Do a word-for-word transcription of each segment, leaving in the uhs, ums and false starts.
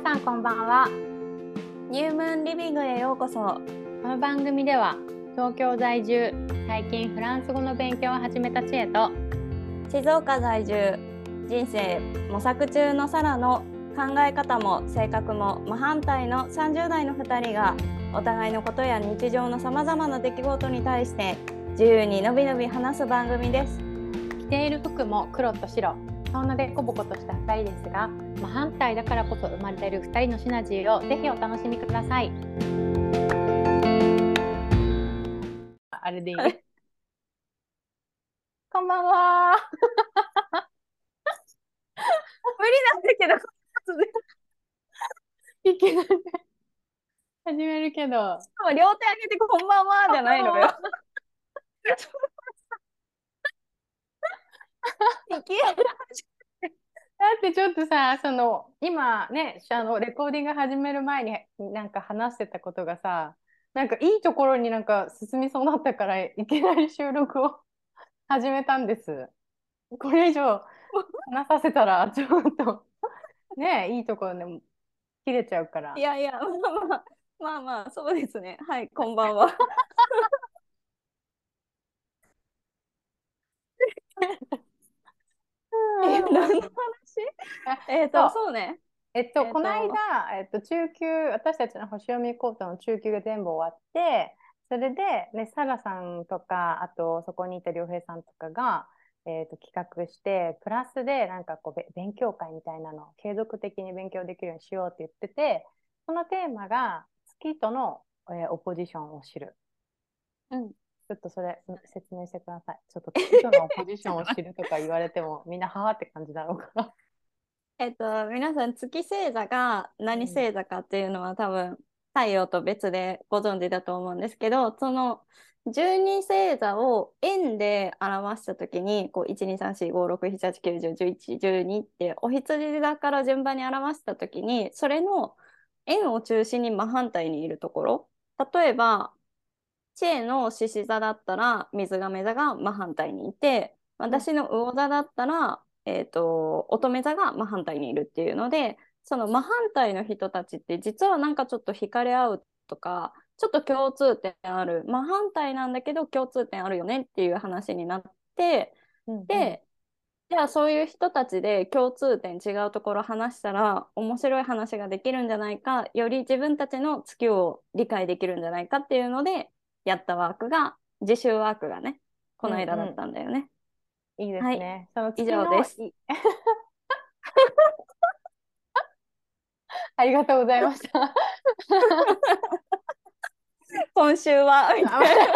さんこんばんは。 ニュームーンリビングへようこそ。 この番組では東京在住、最近フランス語の勉強を始めた知恵と静岡在住、人生模索中のサラの考え方も性格も真反対のさんじゅう代のふたりがお互いのことや日常のさまざまな出来事に対して自由にのびのび話す番組です。 着ている服も黒と白、そんなでこぼことしたふたりですが、真反対だからこそ生まれるふたりのシナジーをぜひお楽しみください。あれでいいこんばんは。 無理なんだけどいきなり始めるけど、 両手上げてこんばんはじゃないのよ。いきなりだってちょっとさ、その今ね、あのレコーディング始める前になんか話してたことがさ、なんかいいところになんか進みそうだったからいきなり収録を始めたんです。これ以上話させたらちょっとね、いいところでも切れちゃうから。 いやいや、まあまあまあまあそうですね。はい、こんばんは。え、何の話？ あ、 えっと、 そう。 そうね。 えっと、 えっこのと、 間、えっと、中級、私たちの星読みコートの中級が全部終わって、それで、ね、サラさんとか、あと、そこにいた良平さんとかが、えっと、企画して、プラスで、なんかこう、べ勉強会みたいなのを継続的に勉強できるようにしようって言ってて、そのテーマが、月との、えーオポジションを知る。 うん。 ちょっとそれ、説明してください。ちょっと月とのオポジションをちょっと待って。 知るとか言われても、みんな、ははって感じだろうから。 えっと、皆さん、月星座が何うん。 星座かっていうのは多分、太陽と別でご存知だと思うんですけど、そのじゅうに星座を円で表したときに、こう、いち、に、さん、よん、ご、ろく、なな、はち、きゅう、じゅう、じゅういち、じゅうにって、お羊座から順番に表したときに、それの円を中心に真反対にいるところ。例えば、チェの獅子座だったら水亀座が真反対にいて、 うん私の魚座だったら、えーと、乙女座が真反対にいるっていうので、その真反対の人たちって実はなんかちょっと惹かれ合うとか、ちょっと共通点ある、真反対なんだけど共通点あるよねっていう話になって、 うんうん。 で、じゃあそういう人たちで共通点違うところ話したら面白い話ができるんじゃないか、より自分たちの月を理解できるんじゃないかっていうのでやったワークが、自習ワークがね、こうんの間だっうたんだよね。 ん。いいではい、 すね。その以月上です。 のい、ありがとうございました。 今週はみあ、 たいな。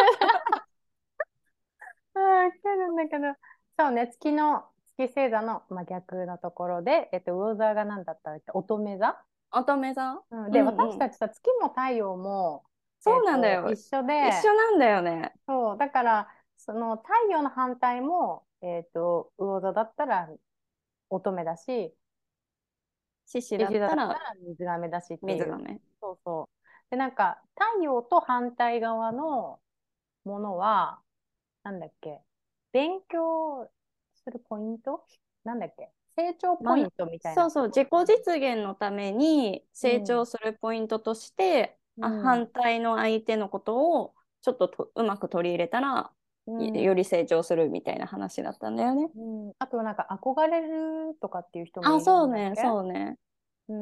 わかるんだけど、そうね、月の、月星座の、まあ、逆のところで、えっと、魚座が何だったら乙女座、 乙女座。 うん、で、 うんうん。 私たちさ、月も太陽も、えそうっと、一なんだよ。 緒で、 一緒なんだよね。 そう、だから、その太陽の反対も、えっと、魚座だったら乙女だし、 獅子だ獅子座だったったらら水亀だしっていう。 水亀。 そうそう。で、なんか、太陽と反対側のものは、なんだっけ、勉強するポイントなんだっけ、成長ポまな、 イントみたいなそうそう、自己こと。 実現のためにうん。 成長するポイントとして、 うあ、 ん。 反対の相手のことをちょっととうまく取り入れたら、 ういよん。 り成長するみたいな話だったんだよね。 うん。あとはなんか憧れるとかっていう人もあ、 いるそうね、 んだっけ。 そうね。 うん。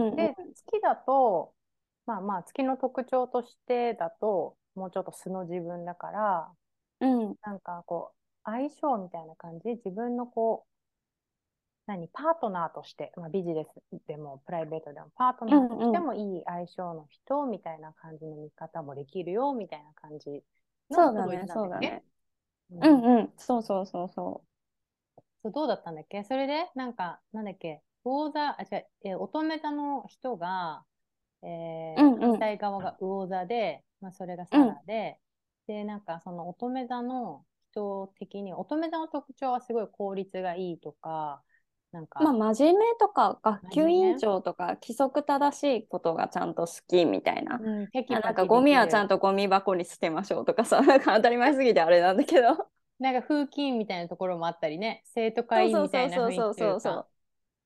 うんうん。 で、月だと、まあまあ月の特徴としてだと、もうちょっと素の自分だから、 うん。 なんかこう、相性みたいな感じ、自分のこう、何、パートナーとして、まあ、ビジネスでもプライベートでもパートうナーとしてんうん。 もいい相性の人みたいな感じの見方もできるよみたいな感じのことを言ってそうだね、 たんだっけ。 そうだね。 うん、 うんうん。そうそうそうそそう、どうだったんだっけそれで、なんか、なんだっけ、魚座、あ、違う、えー乙女座の人が、えう。 ー反うんうん。 対側が魚座で、まあ、それがサうん。 ラで、で、なんかその乙女座の人的に、乙女座の特徴はすごい効率がいいとか、なんまあ、 か、 真面目とか、学級委員真面長とか、規則正しいことがちゃんと好きみたいな。 目、うん、テキあ、なんか、 パキゴミはちゃできる。 んとゴミ箱に捨てましょうとかさ、なんか当たり前すぎてあれなんだけど。 なんか風紀委員みたいなところもあったりね、生徒そう会員みたいそうそうな雰囲気そうそうというか、 そう。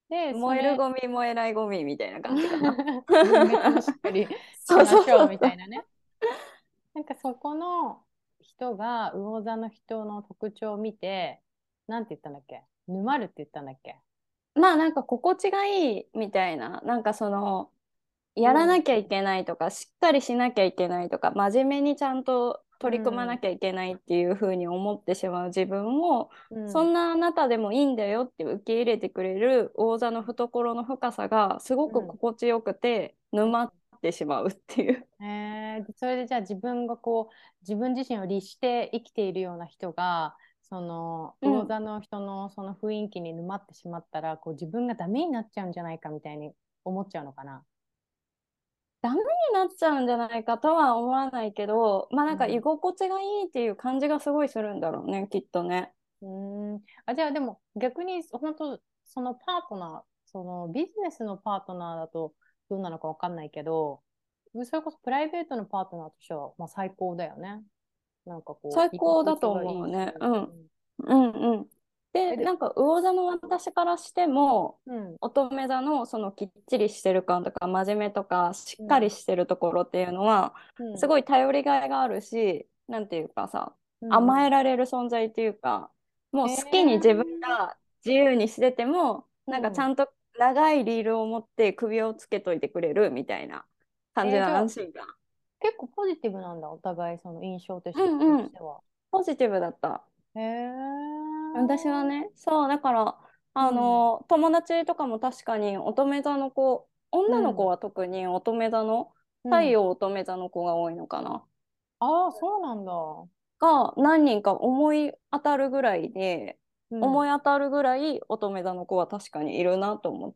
で、そ燃えるれ、 ゴミ、燃えないゴミみたいな感じかな。 分別もしっかりしそうそうましょうそうそう。 みたいなね。なんかそこの人が魚座の人の特徴を見て、なんて言ったんだっけ、沼るって言ったんだっけ。 まあなんか心地がいいみたいな、なんかその、やらなきゃういけないとか、しっかりしなきゃいけないとか、真面目にちゃんと取り組まん、うん、 なきゃいけないっていうふうに思ってしまう自分を、 うん。 そんなあなたでもいいんだよって受け入れてくれる王座の懐の深さがすごくうん心地よくて沼ってしまうっていう。 えーでそれでじゃあ自分がこう自分自身を律して生きているような人がそのうん。 魚座の人のその雰囲気に沼ってしまったらこう自分がダメになっちゃうんじゃないかみたいに思っちゃうのかな。 ダメになっちゃうんじゃないかとは思わないけど、まあなんか居うん。 心地がいいっていう感じがすごいするんだろうね、きっとね。 うーん。あ、じゃあでも逆に本当そのパートナー、そのビジネスのパートナーだとどうなのかわかんないけど、それこそプライベートのパートナーとしては、まあ、最高だよね。なんかこう、居最高だと心地がい思うね。 いし。 うん。 うん、 うんうん。で、 え、で、 なんか魚座の私からしても、 うん、 乙女座のそのきっちりしてる感とか真面目とかしっかりうん、 してるところっていうのはうん、 すごい頼りがいがあるし、なんていうかさ、 うん、うん。 甘えられる存在っていうか、もうへ好きに自分え、 が自由にしてても、 うん。 なんかちゃんと長いリールを持って首をつけといてくれるみたいな感じのえーじゃあ、 安心感。 結構ポジティブなんだ、お互い、その印象としうて、とんうん。 しては。 ポジティブだった。 へえ、 私はね、そう、だから、あうん、 の、友達とかも確かに乙女座の子、 うん、 女の子は特に乙女座の、太うん。 陽乙女座の子が多いのかな。 ああ、そうなんだ。 が何人か思い当たるぐらいで、 うん。 思い当たるぐらい乙女座の子は確かにいるなと思って、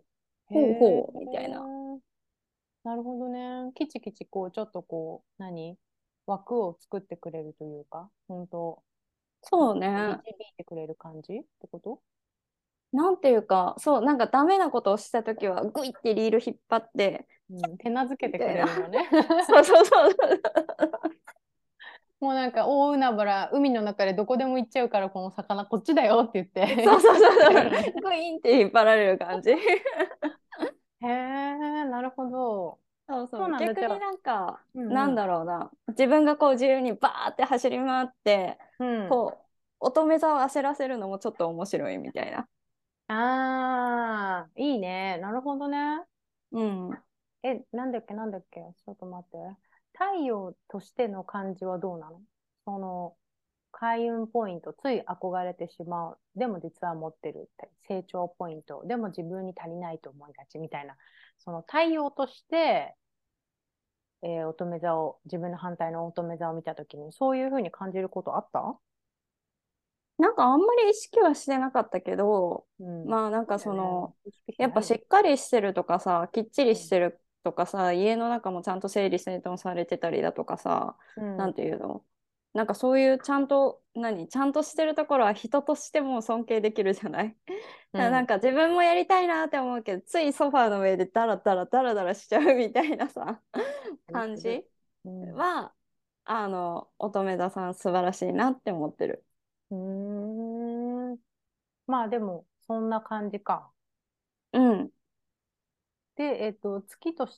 へほうえ、 ほう、みたいな。 なるほどね。きちきち、こう、ちょっとこう、何枠を作ってくれるというか、本当なんそうかこう導ね。 いてくれる感じってこと？ なんていうか、そう、なんかダメなことをしたときは、グイってリール引っ張って、 うん、手なずけてくみたいな。 れるのね。 そうそうそう。 もうなんか大海原、海の中でどこでも行っちゃうから、この魚こっちだよって言って引っそうそうそう張ってくれそう。 るのね。 グイーンって引っ張られる感じ。 へえ、なるほど。 そうそう。 そうなんだ、じゃあ。 逆になんか、なんうんうん。 だろうな。自分がこう自由にバーって走り回って、 うん。 こう、乙女座を焦らせるのもちょっと面白いみたいな。 ああ、いいね。なるほどね。 うん。 え、なんだっけ、なんだっけ。ちょっと待って。太陽としての感じはどうなの？その、開運ポイント、つい憧れてしまう。でも実は持ってる成長ポイント。でも自分に足りないと思いがちみたいな。その太陽として、えー乙女座を、自分の反対の乙女座を見たときに、そういうふうに感じることあった？ なんかあんまり意識はしてなかったけど、 うん。 まあなんかそうだよね。 その、 意識しやっぱないよ。 しっかりしてるとかさ、きっちりうん。 してるとかさ、家の中もちゃんと整理整頓されてたりだとかさ、 うん。 なんていうの、なんかそういうちゃんと、何、ちゃんとしてるところは人としても尊敬できるじゃない。 うん。 だからなんか自分もやりたいなって思うけど、ついソファーの上でダラダラダラダラしちゃうみたいなさ、感する。 じうん。 は、あの、乙女座さん素晴らしいなって思ってる。 うーん。まあでも、そんな感じか。 うん。 で、えっと、月として、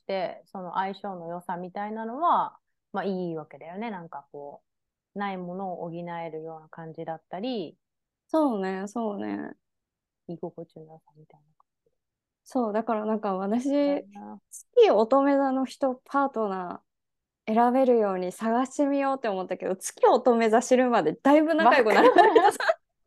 その相性の良さみたいなのは、まあいいわけだよね。なんかこう、ないものを補えるような感じだったり、 そうね、そうね。 居心地の良さみたいなそう、だからなんか私、 感じだ好な。 き乙女座の人、パートナー選べるように探してみようって思ったけど、月乙女座知るまでだいぶ仲良わかくならないとさ、 る。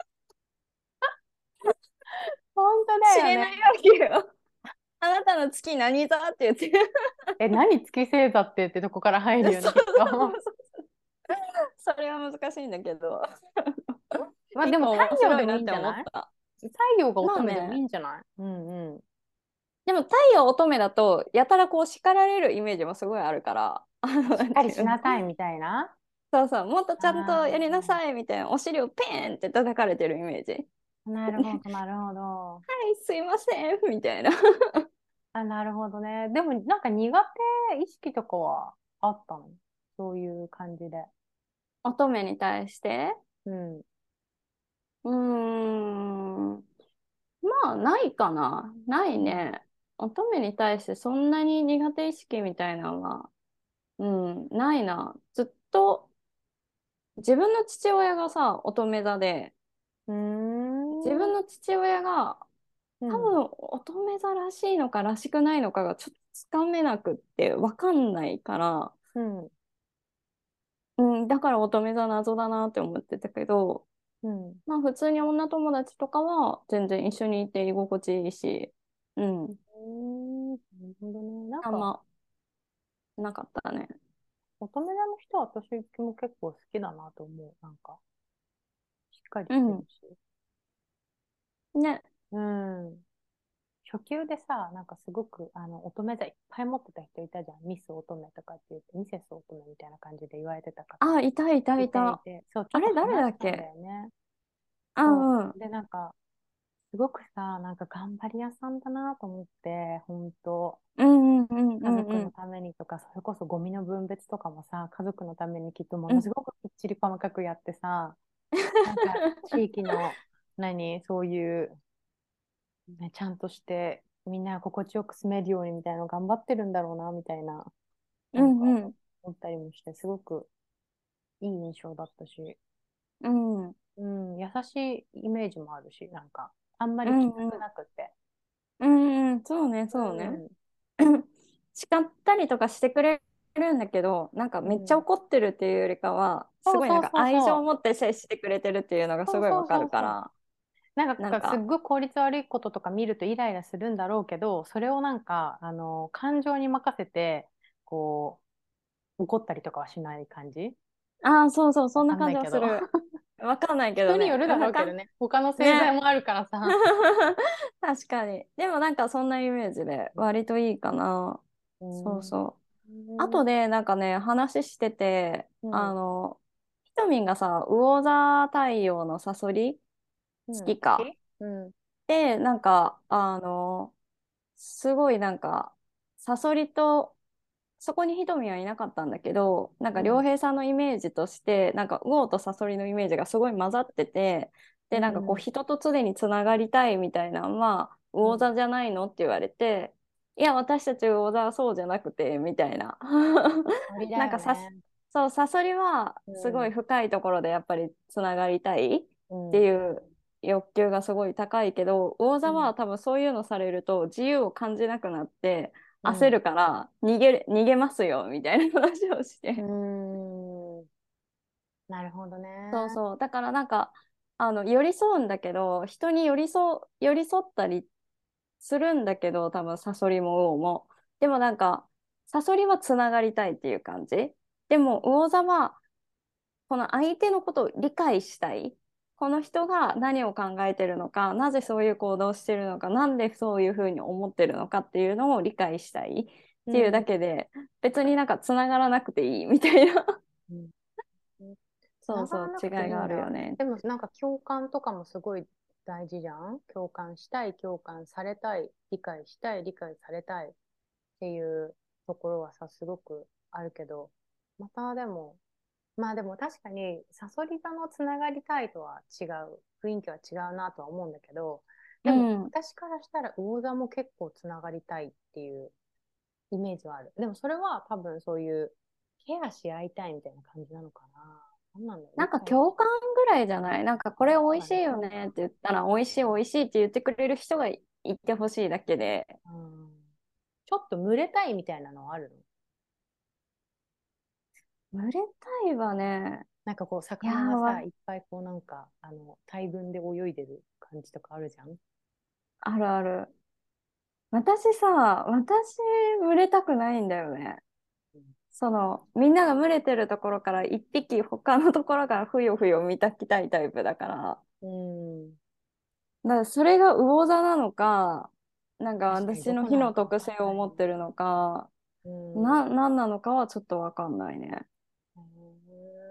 本当だよね。 知れないわけよ。あなたの月何座って言って。 え、何月星座ってってとこから入るよね、 そうそうきっと。 そう。それは難しいんだけど、 まあでも太一個面陽でもい白いなっていんじゃない？ 思った。 太陽が乙女でもいまあね、 いんじゃない？うんうん。 でも太陽乙女だと、やたらこう叱られるイメージもすごいあるから、あの、 しっかりなんていうの、 しなさいみたいな。 そうそう、もっとちゃんとやりなあさいみたいな、お尻をペーンって叩かれてるイメージ。 あ、なるほど、なるほど。 はい、すいません、みたいな。 あ、なるほどね。でも、なんか苦手意識とかはあったの？そういう感じで。 乙女に対して、 うん。 うーん、まああ、ないかな。ないうん。 ね。乙女に対してそんなに苦手意識みたいなのは、うん、ないな。ずっと、自分の父親がさ、乙女座で、 うーん。 自分の父親がうん。 多分乙女座らしいのからしくないのかがちょっとつかめなくって分かんないから、 うん。 うん、だから乙女座謎だなって思ってたけど、 うん。 まあ普通に女友達とかは全然一緒にいて居心地いいし、うん、 うーん。なるほどね。なんか、 あんまなかったね。 乙女座の人は私も結構好きだなと思う。なんか、しっかりうん。 してるし。 ね。 うん。初級でさ、なんかすごく、あの、乙女座いっぱい持ってた人いたじゃん。ミス乙女とかって言って、ミセス乙女みたいな感じで言われてた方。 あ、いたいたいいた。 ていて、そう、ちょっとあれ誰だ話したんだっけ？ よね。 あ、 そうん。 う。で、なんか、すごくさ、なんか頑張り屋さんだなと思って、本当うんうんうんう家んうん。 族のためにとか、それこそゴミの分別とかもさ、家族のためにきっともうん。 のすごくきっちり細かくやってさ、なんか地域の、何、そういう、ね、ちゃんとしてみんなが心地よく住めるようにみたいなの頑張ってるんだろうなみたいな、 うなんかんうん思ったりもしてすごくいい印象だったし、 うんうんうん、優しいイメージもあるし、なんかあんまうりきつくんなくて。 うんうん、そうねうそうね。 ん、 叱ったりとかしてくれるんだけど、なんかめっちゃうん、 怒ってるっていうよりかは、すごいなんそうそうか愛情をそうそう。 持って接してくれてるっていうのがすそうそうごいわかそうそう。 るから、 なんかすっなんか、 ごい効率悪いこととか見るとイライラするんだろうけど、それをなんか、あの、感情に任せて、こう、怒ったりとかはしない感じ。 ああ、そうそう、 わかそんな感じんないけど。 はする。わかんないけどね。 人によるだろわかん、 うけどね。他の星座ね。 もあるからさ。 確かに。でもなんかそんなイメージで割といいかな。 うそうん。 そう。あうん。 とでなんかね、話してて、 うん。 あの、ひとみんがさ、魚座太陽のサソリうん。好好きか。 き。うん。 で、なんか、あの、すごいなんか、サソリと、そこにひとみはいなかったんだけど、なんか良うん。 平さんのイメージとして、なんか魚とサソリのイメージがすごい混ざってて、で、なんかこううん。 人と常につながりたいみたいなのは、 うん。 魚座じゃないのって言われて、いや、私たち魚座はそうじゃなくて、みたいな。 鳥だなんかさ、 よね。 そう、サソリはうすごいん。 深いところでやっぱりつながりたいってうん。 いう欲求がすごい高いけど、魚座うん。 は多分そういうのされると自由を感じなくなってうん。 焦るから逃げる、逃げますよみたいな話をしうて。 ーん。なるほどね。 そうそう。だからなんか、あの、寄り添うんだけど、人に寄り添う、寄り添ったりするんだけど、多分サソリも魚も。でもなんか、サソリはつながりたいっていう感じ。でも魚座はこの相手のことを理解したい。この人が何を考えてるのか、なぜそういう行動をしてるのか、なんでそういうふうに思ってるのかっていうのを理解したいっていうだうん。 けで、別になんかつながらなくていいみたいな。 うん。つそうそう、 ながらなくてい違いがあるよいんだ。 ね。 でもなんか共感とかもすごい大事じゃん。共感したい、共感されたい、理解したい、理解されたいっていうところはさ、すごくあるけど、またでも、まあでも確かに、サソリ座のつながりたいとは違う、雰囲気は違うなとは思うんだけど、でもうん。 私からしたら魚座も結構つながりたいっていうイメージはある。でもそれは多分そういうケアし合いたいみたいな感じなのかな。なんなんだろう、 なんか理解し、 共感ぐらいじゃない？なんかこれ美味しいそうだね、 よねって共感。 言ったら美味しい美味しいって言ってくれる人がいてほしいだけで。 うん、ちょっと群れたいみたいなのはあるの？ 群れたいわね。 なんかこう、 いや魚がさ、 ーわ、 いっぱいこうなんか、あの、大群で泳いでる感じとかあるじゃん。 あるある。私さ、私、群れたくないんだよね。 うん。 その、みんなが群れてるところから一匹他のところからふよふよ見たきたいタイプだから。 うん。 だからそれが魚座なのか、なんか確かに私のどこなの火の特かわかん性を持ってるのか、 ないね。 な、なんなのかはちょっとわかんないね。 うん。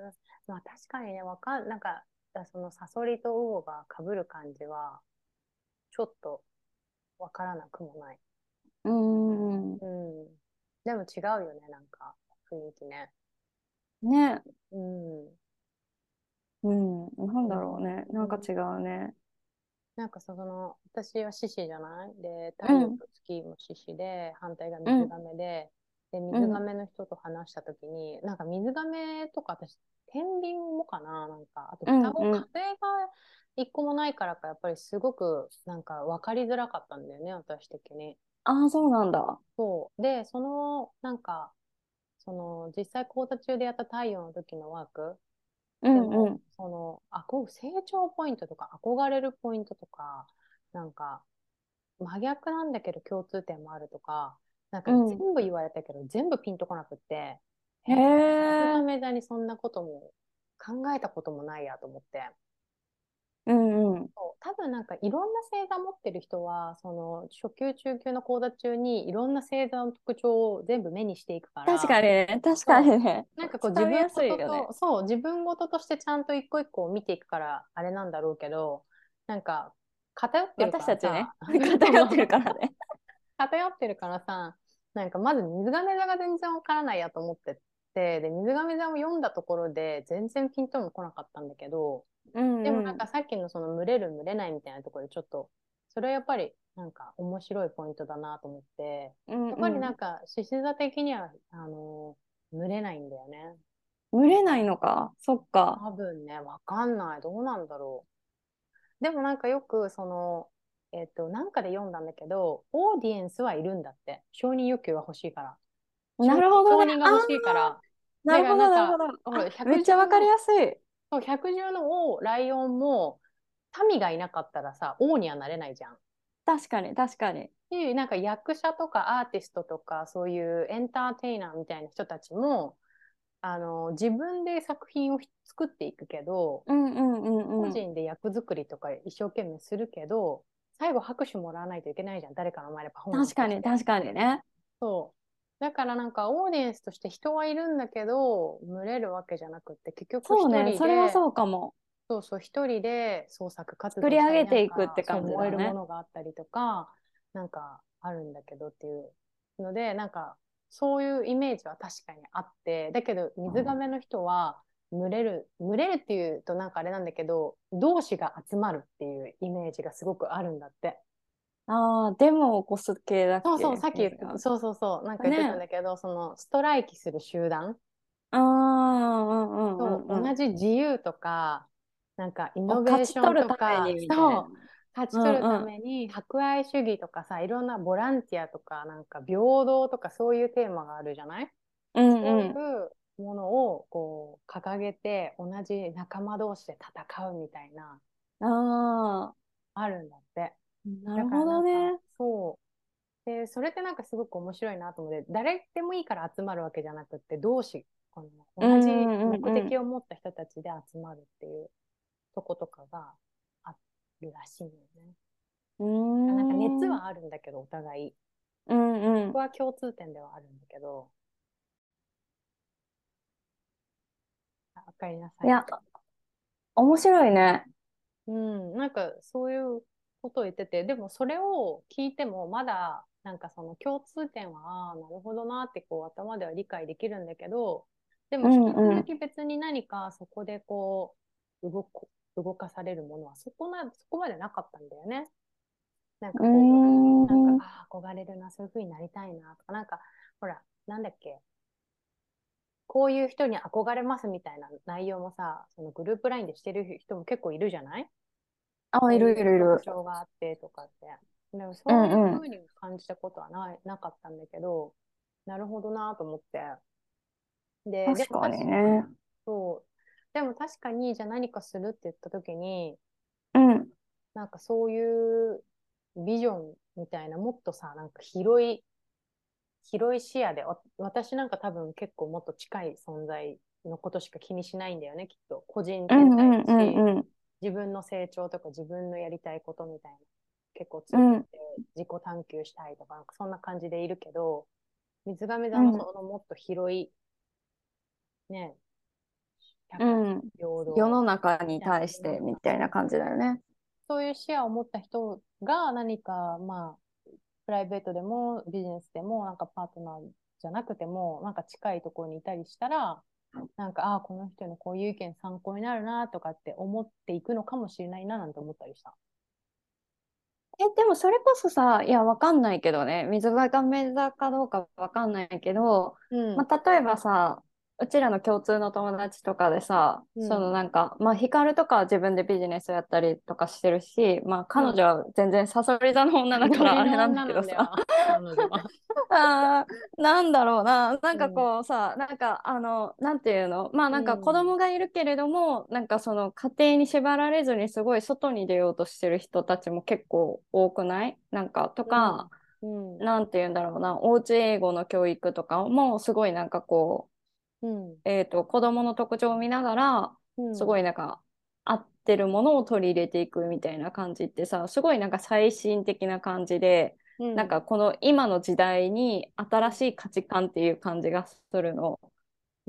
まあ確かにね、わかん、なんか、そのサソリとウオが被る感じは、ちょっとわからなくもない。 うーん。 うん。でも違うよね、なんか、雰囲気ね。 ね。 うん。 うん。なんうだろうね。なんかん。 違うね。 なんかその、私は獅子じゃないで、 うん、 太陽と月も獅子で、反対がうん、 水亀で、で、 うん、 水亀の人と話したときに、なんか水亀とか私、天秤もかな、なんか、あとうん、 双子、 うん。 家庭が一個もないからか、やっぱりすごく、なんか分かりづらかったんだよね、私的に。 ああ、そうなんだ。 そう。で、その、なんか、その、実際講座中でやった太陽の時のワーク、 うん、うでも、 ん。 その、あこう成長ポイントとか、憧れるポイントとか、なんか、真逆なんだけど共通点もあるとか、なんかうん。 全部言われたけど、全部ピンとこなくって、 へえ、水え。 亀座にそんなことも考えたこともないやと思って。 うん、うん。 そう多分なんかいろんな星座持ってる人は、その初級、中級の講座中にいろんな星座の特徴を全部目にしていくか確から、 にね、確かにそね。 う、なんかこう自分つかみやすいよね。 事と、そう、自分事としてちゃんと一個一個見ていくからあれなんだろうけど、なんか偏ってるか私たちね、 らさ、 偏ってるからね。 偏ってるからさ、なんかまず水亀座が全然わからないやと思ってて、で、水亀座を読んだところで全然ピンとも来なかったんだけど、 うんうん。 でもなんかさっきのその群れる群れないみたいなところでちょっと、それはやっぱりなんか面白いポイントだなと思って、 うんやっぱりうん。 なんか獅子座的には、あの群れないんだよね。 群れないのか。そっか。 多分ね、わかんない。どうなんだろう。でもなんかよくその、えっと、なんかで読んだんだけど、オーディエンスはいるんだって。承認欲求が欲しいから。承認、 なるほどね。 承認がああ、 欲しいから。だからなるほど、なるほなんか、 ど。 ほら、 あ、めっ百ちゃわかり獣の、 やすい。 そう百獣の王、ライオンも、民がいなかったらさ、王にはなれないじゃん。 確かに、確かに。 で、なんか役者とかアーティストとか、そういうエンターテイナーみたいな人たちも、あの、自分で作品を作っていくけど、 うんうんうんうん。 個人で役作りとか一生懸命するけど、最後拍手もらわないといけないじゃん。誰かの前でパフォーマン確かに、 スして。 確かにね。 そう。だからなんかオーディエンスとして人はいるんだけど、群れるわけじゃなくって、結局一そうね、それは人で、 そうかも。 そうそう、一人で創作活作り上動したり、なんげていくっか、そうて感じ燃えるもだね。 のがあったりとか、なんかあるんだけどっていうので、なんか、そういうイメージは確かにあって、だけど、水亀の人は、群れる、群れるっていうとなんかあれなんだけど、同志が集まるっていうイメージがすごくあるんだって。 ああ、デモを起こす系だっそうそう、 けさっき言ってた、 水が。 そうそうそう、なんか言ってたんね。 だけど、そのストライキする集団ああ、うんうんとうんうん。 同じ自由とか、なんかイをノベーション勝ち取るためにとか、 みたいな。 そう、勝ち取るたうんうん。 めに博愛主義とかさ、いろんなボランティアとか、なんか平等とかそういうテーマがあるじゃない。 うんそういうん。 うものをこう掲げて、同じ仲間同士で戦うみたいな、 ああ、 あるんだって。だからなるほなんか、 どね。 そう。で、それってなんかすごく面白いなと思って、誰でもいいから集まるわけじゃなくって、同士、こうの同じんうん目うん的を持った人たちで集まるっていうとことかがあるらしいんだよね。 うなんかん。うーん。 熱はあるんだけど、お互い。 うんうん。 ここは共通点ではあるんだけど、あおかえりなさい。 いや、面白いね。 うん、なんかそういうことを言ってて、でもそれを聞いてもまだなんかその共通点は、ああ、なるほどなってこう頭では理解できるんだけど、でうも引きんうん。 続き別に何かそこでこう動く、動かされるものはそこな、そこまでなかったんだよね。なんかうーこう、なんか、 ん。 ああ、憧れるな、そういうふうになりたいなとか、なんか、ほら、なんだっけ、こういう人に憧れますみたいな内容もさ、そのグループラインでしてる人も結構いるじゃない。 あ、いこういうるいるいる。 特徴があってとかって。でもうそういうんうん。 ふうに感じたことはない、なかったんだけど、なるほどなと思って。で、で確かも確かにね。 そう、でも確かに、じゃあ何かするって言った時に、 うん。 なんかそういうビジョンみたいな、もっとさ、なんか広い、広い視野で、わ私なんか多分結構もっと近い存在のことしか気にしないんだよね、きっと。個人う天体んうんうだし、 んうん。 自分の成長とか自分のやりたいことみたいな、結構うん。 強くて自己探求したいとか、なんかそんな感じでいるけど、水亀座のうん。 そのもっと広い、ね、社う会、 ん。 平等世の中にみたいな、 対して世の中、 みたいな感じだよね。 そういう視野を持った人が何か、まあ、プライベートでもビジネスでも、なんかパートナーじゃなくても、なんか近いところにいたりしたら、なんか、ああ、この人のこういう意見参考になるなとかって思っていくのかもしれないななんて思ったりした。 え、でもそれこそさ、いや、わかんないけどね、水亀座かどうかわかんないけど、 うん、 まあ、例えばさ、うちらの共通の友達とかでさ、そうん、 のなんか、まあ、ヒカルとかは自分でビジネスやったりとかしてるし、まあ、彼うん。 女は全然サソリ座の女だかノリらあれなんだの女なけどさ、 んだよ、彼女は。 あーなんだろうな、なんかうん、 こうさ、なんかあの、なんていうの、まあうなんか子ん、 供がいるけれども、なんかその家庭に縛られずにすごい外に出ようとしてる人たちも結構多くないなんかとうん、 か、 うん、 なんていうんだろうな、おうち英語の教育とかもすごいなんかこうん、 う、えっと、子供の特徴を見ながら、すうん、 ごいなんか合ってるものを取り入れていくみたいな感じってさ、すごいなんか最新的な感じで、 うん、 なんかこの今の時代に新しい価値観っていう感じがするの。 うん、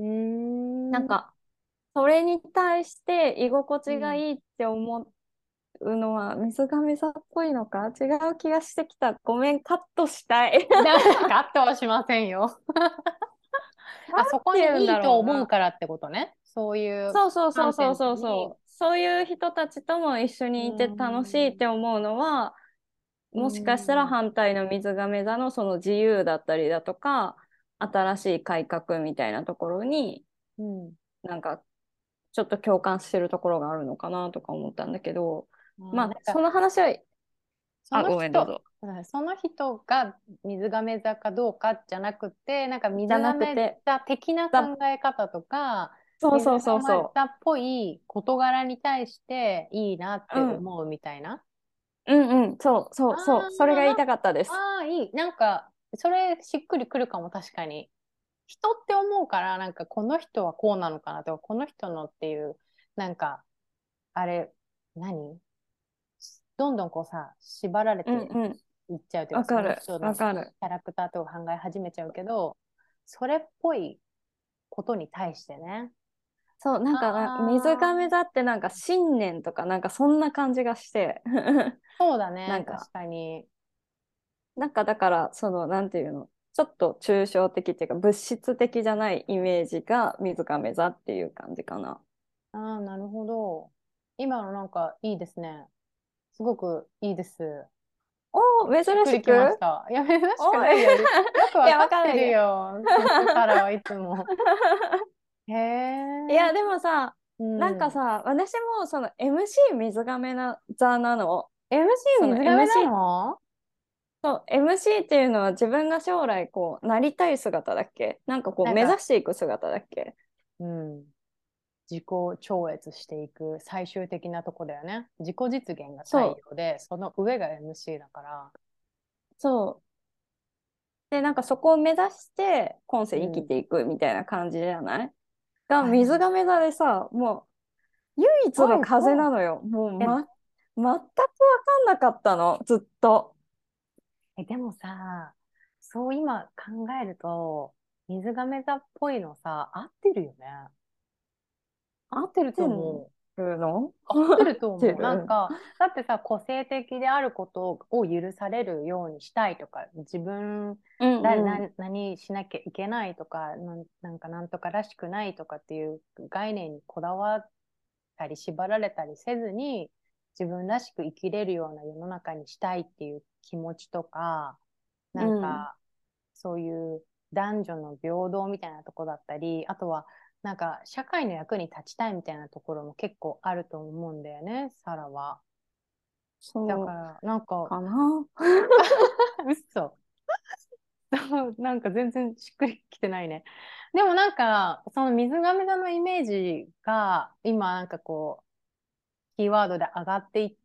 うん、 なんかそれに対して居心地がうん。 いいって思うのは水亀座っぽいのか違う気がしてきた。ごめん、カットしたい。 だ、カットはしませんよ。 なんあ、そこて言うんだにいいとろうな。 思うからってことね。そういうそうそうそう観点そうそうに。 そう。そういう人たちとも一緒うにいて楽しいっん、 て思うのは、 うもしかしたらん、 反対の水亀座のその自由だったりだとか、新しい改革みたいなところに、 うん。 なんかちょっと共感してるところがあるのかなとか思ったんだけど、 あー、なんまあ、そか、 の話は、 そあ、ごめん、どうの人、 ぞ。 うん、その人が水亀座かどうかじゃなくて、なんかじゃなく水亀て、 座的なだ、 考え方とか、水そうそうそうそ亀座っぽい事柄に対していいなっう。うん。 て思うみたいな。 うんうん。そうそあうそう。それあ、な、 が言いたかったです。 ああ、いい。なんか、それしっくりくるかも、確かに。人って思うから、なんか、この人はこうなのかなとか、この人のっていう、なんか、あれ、何どんどんこうさ、縛られてうんうん。 いっちゃうというか、そわかる。 の人のわかる。 キャラクターとか考え始めちゃうけど、それっぽいことに対してね。 そう、なんかな、水ああ、 亀座ってなんか信念とかなんかそんな感じがして。 そうだね、確なんか、 かに。 なんかだから、その、なんていうの、ちょっと抽象的っていうか、物質的じゃないイメージが水亀座っていう感じかな。 ああ、なるほど。今のなんかいいですね。すごくいいです。 おー、珍しっくりきまししくた。いや、珍しくおー、 ないよ。よくいや、 わかってわかんないけど。 るよ。そのサラはいつも。へえ。 いや、でもさ、 うなんかん。 さ、私もその エムシー 水亀な座なの。 エムシーその水亀なエムシー、 の？ そう、エムシー っていうのは自分が将来こうなりたい姿だっけなんかこう目指なんか、 していく姿だっけ？ うん。自己超越していく最終的なとこだよね。自己実現が太そう、 陽で、その上が エムシー だから。 そう。で、なんかそこを目指して今世うん。 生きていくみたいな感じじゃないが、 あ、でも、 水亀座でさ、もう唯一のぽいぽい。 風なのよ。もう、 え、 ま、全く分かんなかったの、ずっと。 え、でもさ、そう今考えると、水亀座っぽいのさ、合ってるよね。合合っってるとてん思う。 の？ 合って合っると思う。なんてる。 か、だってさ、個性的であることを許されるようにしたいとか、自分うんだ、 うん。 な、何しなきゃいけないとか、なん、なんかなんとからしくないとかっていう概念にこだわったり、縛られたりせずに、自分らしく生きれるような世の中にしたいっていう気持ちとか、 うなんん。 か、そういう男女の平等みたいなとこだったり、あとは、なんか、社会の役に立ちたいみたいなところも結構あると思うんだよね、サラは。だかそうら、なんか、 かな。 嘘。なんか全然しっくりきてないね。でもなんか、その水亀座のイメージが、今なんかこう、キーワードで上がっていって、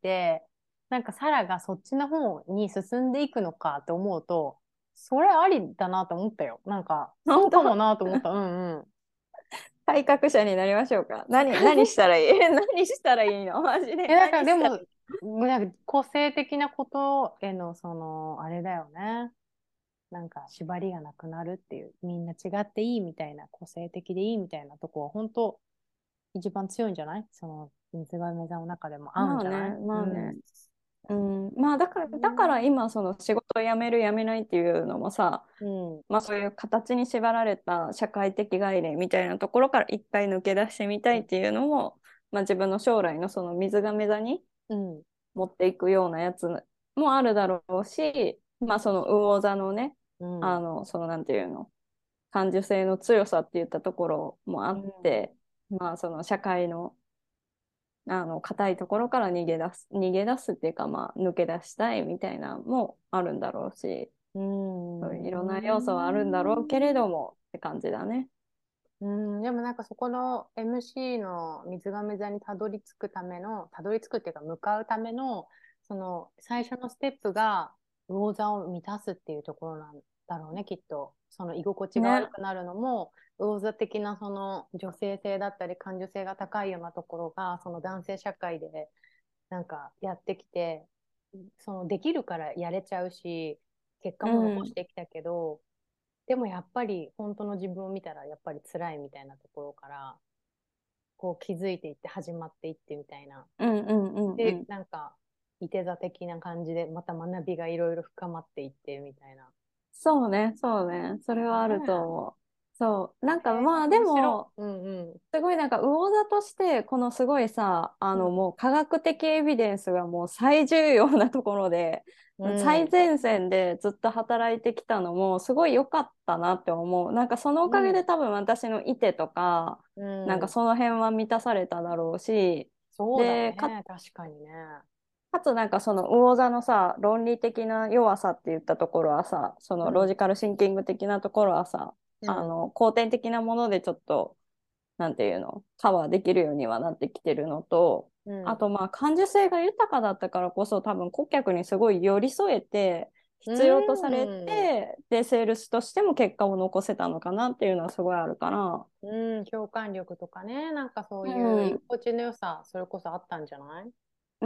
なんかサラがそっちの方に進んでいくのかと思うと、それありだなと思ったよ。なんか、そうかも本当、 なと思った。うんうん。 改革者になりましょうか。何、何したらいい？何したらいいの？マジで。 え、だからでも、 何したらいい？ なんか個性的なことへの、その、あれだよね。なんか縛りがなくなるっていう、みんな違っていいみたいな、個性的でいいみたいなとこは、本当一番強いんじゃない？その、水亀座の中でも合うんじゃない？ まあね、まうん。 あね。うん、まあだから、だからね、 今その仕事を辞める辞めないっていうのもさ、 うん。 まあそういう形に縛られた社会的概念みたいなところから一回抜け出してみたいっていうのも、まあ自分の将来のその水亀座にうん。 持っていくようなやつもあるだろうし、まあその魚座のね、 うん。 あの、そのなんていうの、感受性の強さっていったところもあうっん。 て、まあその社会の、あの硬いところから逃げ出す、逃げ出すっていうか、まあ抜け出したいみたいなのもあるんだろうし、 うそういういん。 ろんな要素はあるんだろうけれどもって感じだね。 うん、でもなんかそこの エムシー の水亀座にたどり着くための、たどり着くっていうか向かうための、その最初のステップが魚座を満たすっていうところなんだろうね、きっと。その居心地が悪ね。 くなるのも、魚座的なその女性性だったり感受性が高いようなところが、その男性社会でなんかやってきて、そのできるからやれちゃうし、結果うも残しん。 てきたけど、でもやっぱり本当の自分を見たらやっぱり辛いみたいなところからこう気づいていって始まっていってみたいな。 うんうんうんうで、 ん。 なんか、いて座的な感じでまた学びがいろいろ深まっていってみたいな。 そうね、そうね。それはあるとね思う。そう。なんえ。へえ、 かまあで面白も、 い。うんうん。 すごいなんか魚座としてこのすごいさ、あのうん。 もう科学的エビデンスがもう最重要なところで、 うん。 最前線でずっと働いてきたのもすごい良かったなって思う。なんかそのおかげうん。 で多分私のいてとか、 うなんかん。 その辺は満たされただろうし、 そうだで、か、 ね。確かにね。 かつなんかその魚座のさ、論理的な弱さって言ったところはさ、そのロうん。 ジカルシンキング的なところはさ、 うん。 あの後天的なものでちょっとなんていうの、カバーできるようにはなってきてるのと、 うん。 あとまあ感受性が豊かだったからこそ多分顧客にすごい寄り添えてう必要とされん。 て、でセールスとしても結果を残せたのかなっていうのはすごいあるかな。 うん。共感力とかね。なんかそうういう居ん、 心地の良さ、それこそあったんじゃない？ うん、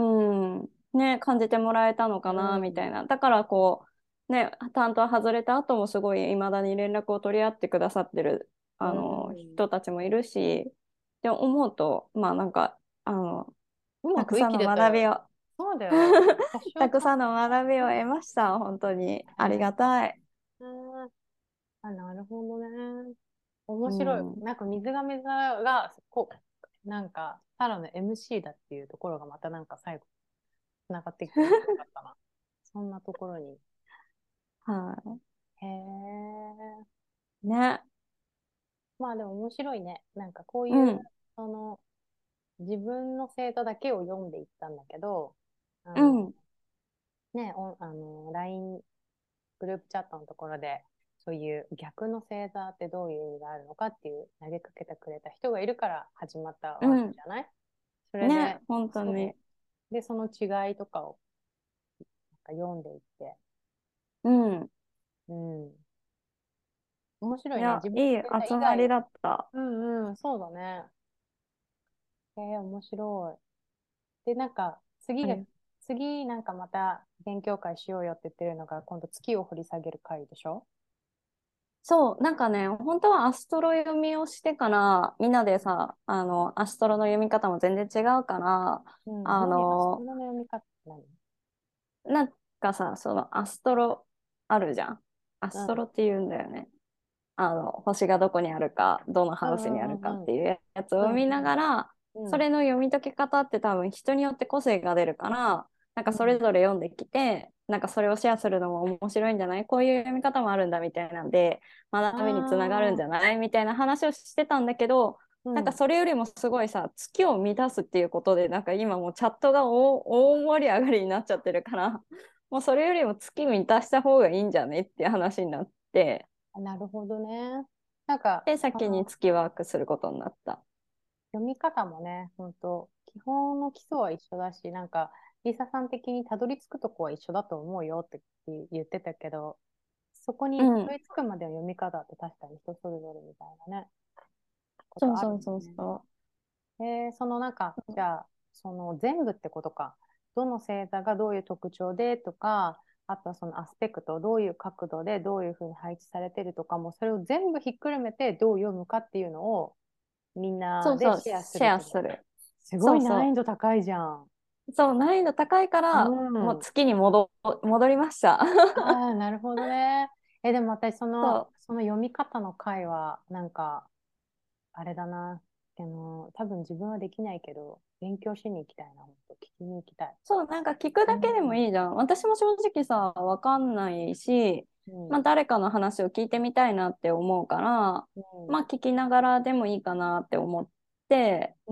ね、感じてもらえたのうかなみたん。 いな。だからこう、ね、担当外れた後もすごい未だに連絡を取り合ってくださってるうあのん。 人たちもいるし、って思うと、まあなんか、あの、 うまく生きたくさんのてたよ。 学びをそうだよ。私はたく多分さんの学びを得ました。本当に。ありがたい。 へーあ、なるほどね。面う白い。 ん。 なんか水亀座が、こう、なんか、タラの エムシー だっていうところがまたなんか最後、つながってきて面白かったな。そんなところに。 はへえ。 い。ね。 まあでも面白いね。なんかこういう、 うん。 その、自分の星座だけを読んでいったんだけど、あの、 うん。 ね、おあの、ライン グループチャットのところで、そういう逆の星座ってどういう意味があるのかっていう投げかけてくれた人がいるから始まったうわけん。 じゃない？それね。 で、 本当に。 そう。で、その違いとかをなんか読んでいって、 うん。 うん。面白いね。 いや、 自分いいの星座以外。 集まりだった。 うんうん、そうだね。えー、面白い。で、なんか、次が、 うん。 次なんかまた勉強会しようよって言ってるのが、今度月を掘り下げる会でしょ？ そう、なんかね、本当はアストロ読みをしてから、みんなでさ、あの、アストロの読み方も全然違うから、 うん。 あ何アストの、 ロの読み方って何？ なんかさ、そのアストロあるじゃん。アうん。 ストロって言うんだよね。あの、星がどこにあるか、どのうハウスにあるんうんうんかっていうやつうん。 を見ながら、 うんうん。 それの読み解き方って多分人によって個性が出るから、なんかそれうん。 ぞれ読んできて、なんかそれをシェアするのも面白いんじゃない？こういう読み方もあるんだみたいなんで、 あ学びにつながるんじゃあ、 ないみたいな話をしてたんだけど、なんかうん。 それよりもすごいさ、月を満たすっていうことで、なんか今もうチャットが大、大盛り上がりになっちゃってるから、もうそれよりも月満たした方がいいんじゃねっていう話になって、 なるほどね。なんか、 で、先にその、 月ワークすることになった。 読み方もね、本当基本の基礎は一緒だし、なんか、リサさん的にたどり着くとこは一緒だと思うよって言ってたけど、そこうん。 にたどり着くまでの読み方って確かに人それぞれみたいなね、ことあるそうそうそうもんね。 そえー、そのなんか、 う。 じゃあ、その全部ってことか。どの星座がどういう特徴でとか、あとはそのアスペクト、どういう角度でどういうふうに配置されてるとかも、それを全部ひっくるめてどう読むかっていうのをみんなそうそう、 でシェアすシェるってこと。 アする。 すごい難易そうそ度高いじゃん。 う。そう、難易度高いかうら、もうん。 月に戻、戻りました。 ああ、なるほどね。え、でも私、その、 そその読み方の回は、なんか、あれだな。 あの、多分自分はできないけど、勉強しに行きたいな、本当聞きに行きたい。 そう、なんか聞くうだけでもん。 いいじゃん。私も正直さ、わかんないし、 うん。 まあ誰かの話を聞いてみたいなって思うから、 うん。 まあ聞きながらでもいいかなって思って、 うん。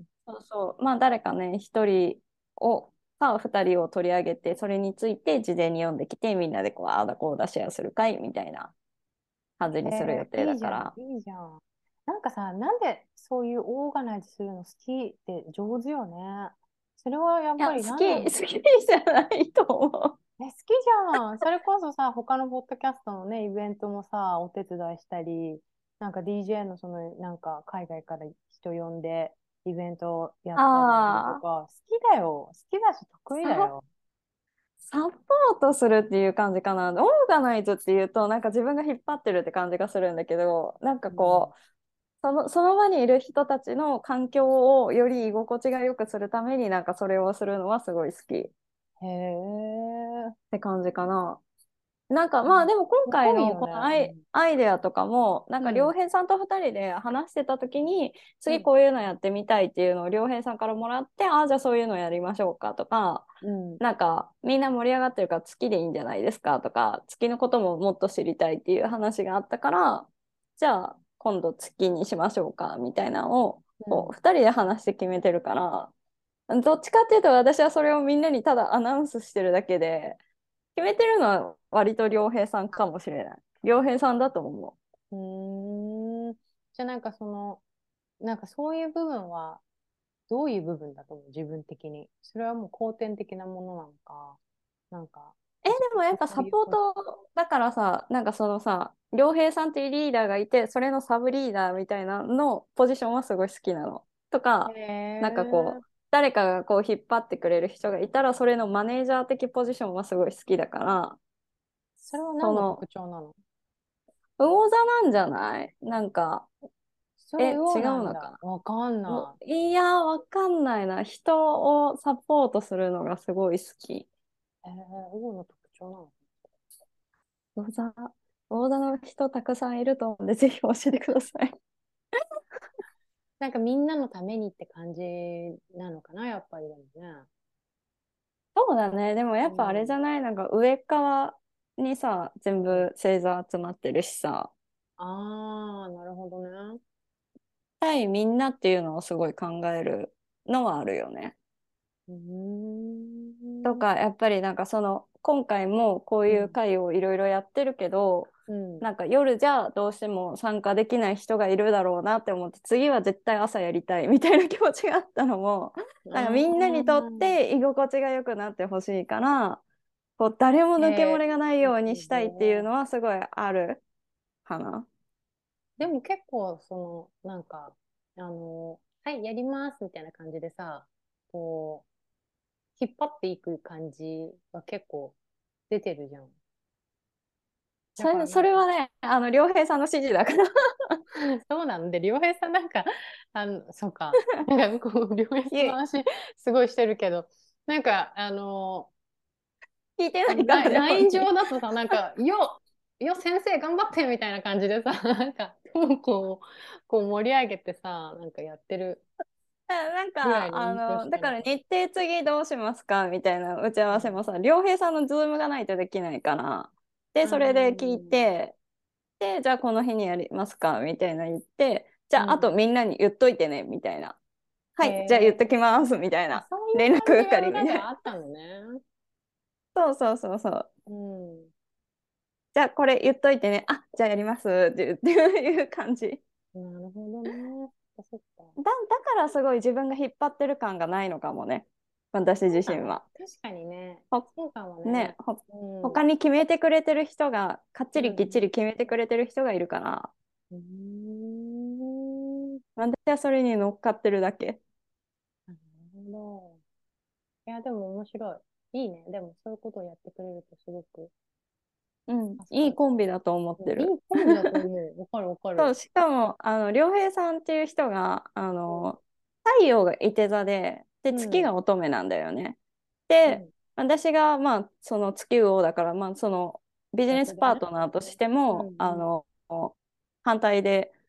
そうそう、まあ誰かね、一人を、か二人を取り上げて、それについて事前に読んできて、みんなでこう、ああだこうだシェアする会みたいな感じにする予えー、 定いいじゃん、 だから。 いいじゃん。なんかさ、なんでそういうオーガナイズするの好きって上手よね。それはやっいや、 ぱり好き、 何なの？ 好きじゃないと思う。 え、好きじゃん。それこそさ、他のポッドキャストのね、イベントもさ、お手伝いしたり、なんか ディージェー のその、なんか海外から人呼んで、イベントやったりとああ、 か、好きだよ。好きだし、得意だサよ。 サポートするっていう感じかな。オーガナイズっていうと、なんか自分が引っ張ってるって感じがするんだけど、なんかうん。 こう、その、その場にいる人たちの環境をより居心地が良くするために、なんかそれをするのはすごい好きっへえ。 て感じかな。なんかうん、 まあでも今す回のごいよね。 このアイ、アイデアとかもなんかうん。 良平さんとふたりで話してた時にうん。 次こういうのやってみたいっていうのを良平さんからもらって、ああじゃあそういうのやりましょうかとか、 うん。 なんかみんな盛り上がってるから月でいいんじゃないですかとか、月のことももっと知りたいっていう話があったから、じゃあ今度月にしましょうかみたいなのをうん。 こうふたりで話して決めてるから、どっちかっていうと私はそれをみんなにただアナウンスしてるだけで、決めてるのは割と良平さんかもしれない。良平さんだと思うーん。じゃあなんかその、なんかそういう部分は、どういう部分だと思う自分的に。それはもう後天的なものなのか、なんか、 う。え、でもやっぱそういうこサポートだからさ、なんかそのさ、良平さんっていうリーダーがいて、それのサブリーダーみたいなのポジションはすごい好きなの。とと。へか、なんかこえ。 う、誰かがこう引っ張ってくれる人がいたら、それのマネージャー的ポジションはすごい好きだから、 それは何の特その、 徴なの？ 魚座なんじゃないなんか、え、 それ魚違うなんだ。 のかな。 わかんお、 ないや、わかんないな。人をサポートするのがすごい好き。 い。へえ、魚の特徴なの？ 魚座、魚座の人たくさんいると思うんで、ぜひ教えてください。 なんかみんなのためにって感じなのかな、やっぱりでもね。 そうだね。でもやっぱあれじうん。 ゃない、なんか上側にさ、全うん。 部星座集まってるしさ、 ああ、なるほどね。 対みんなっていうのをすごい考えるのはあるよね。 うーん。 とか、やっぱりなんかその、今回もこううん。 いう会をいろいろやってるけど、 うん。 なんか夜じゃどうしても参加できない人がいるだろうなって思って、次は絶対朝やりたいみたいな気持ちがあったのも、なんかみんなにとっあて居心地が良くなってほしいから、こう誰もあ、へ抜け漏え、 れがないようにすしたいっていうごい。 のはすごいあるかな。 でも結構、その、なんか、あの、はい、やりますみたいな感じでさ、こう、引っ張っていく感じは結構出てるじゃん。だそれ、 からなんか、 それはね、あの、良平さんの指示だから。 そうなんで、良平さんなんか、あの、そうか、なんかこう、良平さんのい話すごいしてるけど、なんか、あの、 聞いてなあのラ、 いからね、 ライン本人。 上だとさ、なんか、よ、よ、先生頑張ってみたいな感じでさ、なんか、こう、こう盛り上げてさ、なんかやってるなんか、 ぐらいのあの、だ印象しかない。 から日程次どうしますかみたいな打ち合うん。 わせもさ、良平さんのズームがないとできないから、で、 あそれで聞いー、 て、で、じゃあこの日にやりますかみたいな言って、じゃああとうん。 みんなに言っといてね、みたいな。はへい、じゃあ言っときえ。 ます、みたいあ、 な。 そういう連絡感じが係みたいな。 裏であったのね。 そうそうそうそう。 うん。 じゃあこれ言っといてね。あ、じゃあやりますって言っていう感じ。 なるほどね。そっかそっか。 だ、だからすごい自分が引っ張ってる感がないのかもね。私そうだね。 自身は。 確かにね。 ほ、 そうかもね。 ね、ほ、 うん。う他に決めてくれてる人が、かっちりきっちりん。 決めてくれてる人がいるから、 うん。うーん。 私はそれに乗っかってるだけ。 なるほど。いや、でも面白い。いいね。でもそういうことをやってくれるとすごくうん、 助かる。 いいコンビだと思っうん、いてる。 いコンビだと思う。わかるわかそう、 る。 しかも、あの、良平さんっていう人が、あの、太陽がいて座で、で、 うん。 月が乙女なんだよね。で、 うん。 私が、まあ、その月魚だから、まあ、そのビジネス逆だね。 パートナーとしても、 うんうん。 あの、反対で、